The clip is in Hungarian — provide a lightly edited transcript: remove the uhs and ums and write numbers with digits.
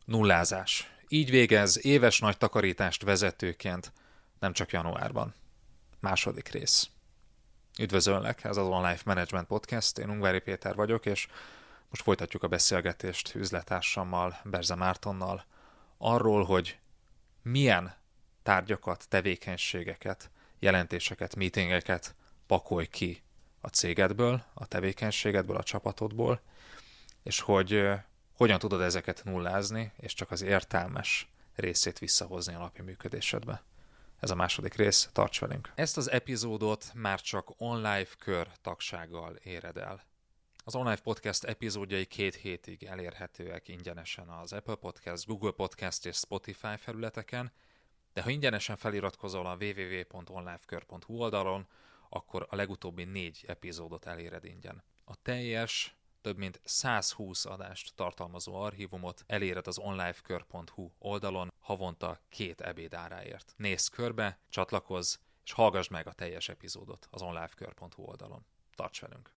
Nullázás. Így végez éves nagy takarítást vezetőként, nem csak januárban. Második rész. Üdvözöllek, ez az Online Life Management Podcast, én Ungvári Péter vagyok, és most folytatjuk a beszélgetést üzlettársammal, Berze Mártonnal arról, hogy milyen tárgyakat, tevékenységeket, jelentéseket, meetingeket pakolj ki a cégedből, a tevékenységedből, a csapatodból, és hogy hogyan tudod ezeket nullázni, és csak az értelmes részét visszahozni a napi működésedbe. Ez a második rész, tarts velünk! Ezt az epizódot már csak online kör tagsággal éred el. Az Online Podcast epizódjai 2 hétig elérhetőek ingyenesen az Apple Podcast, Google Podcast és Spotify felületeken, de ha ingyenesen feliratkozol a www.onlifekör.hu oldalon, akkor a legutóbbi 4 epizódot eléred ingyen. A teljes, több mint 120 adást tartalmazó archívumot eléred az onlifekör.hu oldalon havonta 2 ebéd áráért. Nézz körbe, csatlakozz, és hallgass meg a teljes epizódot az onlifekör.hu oldalon. Tarts velünk!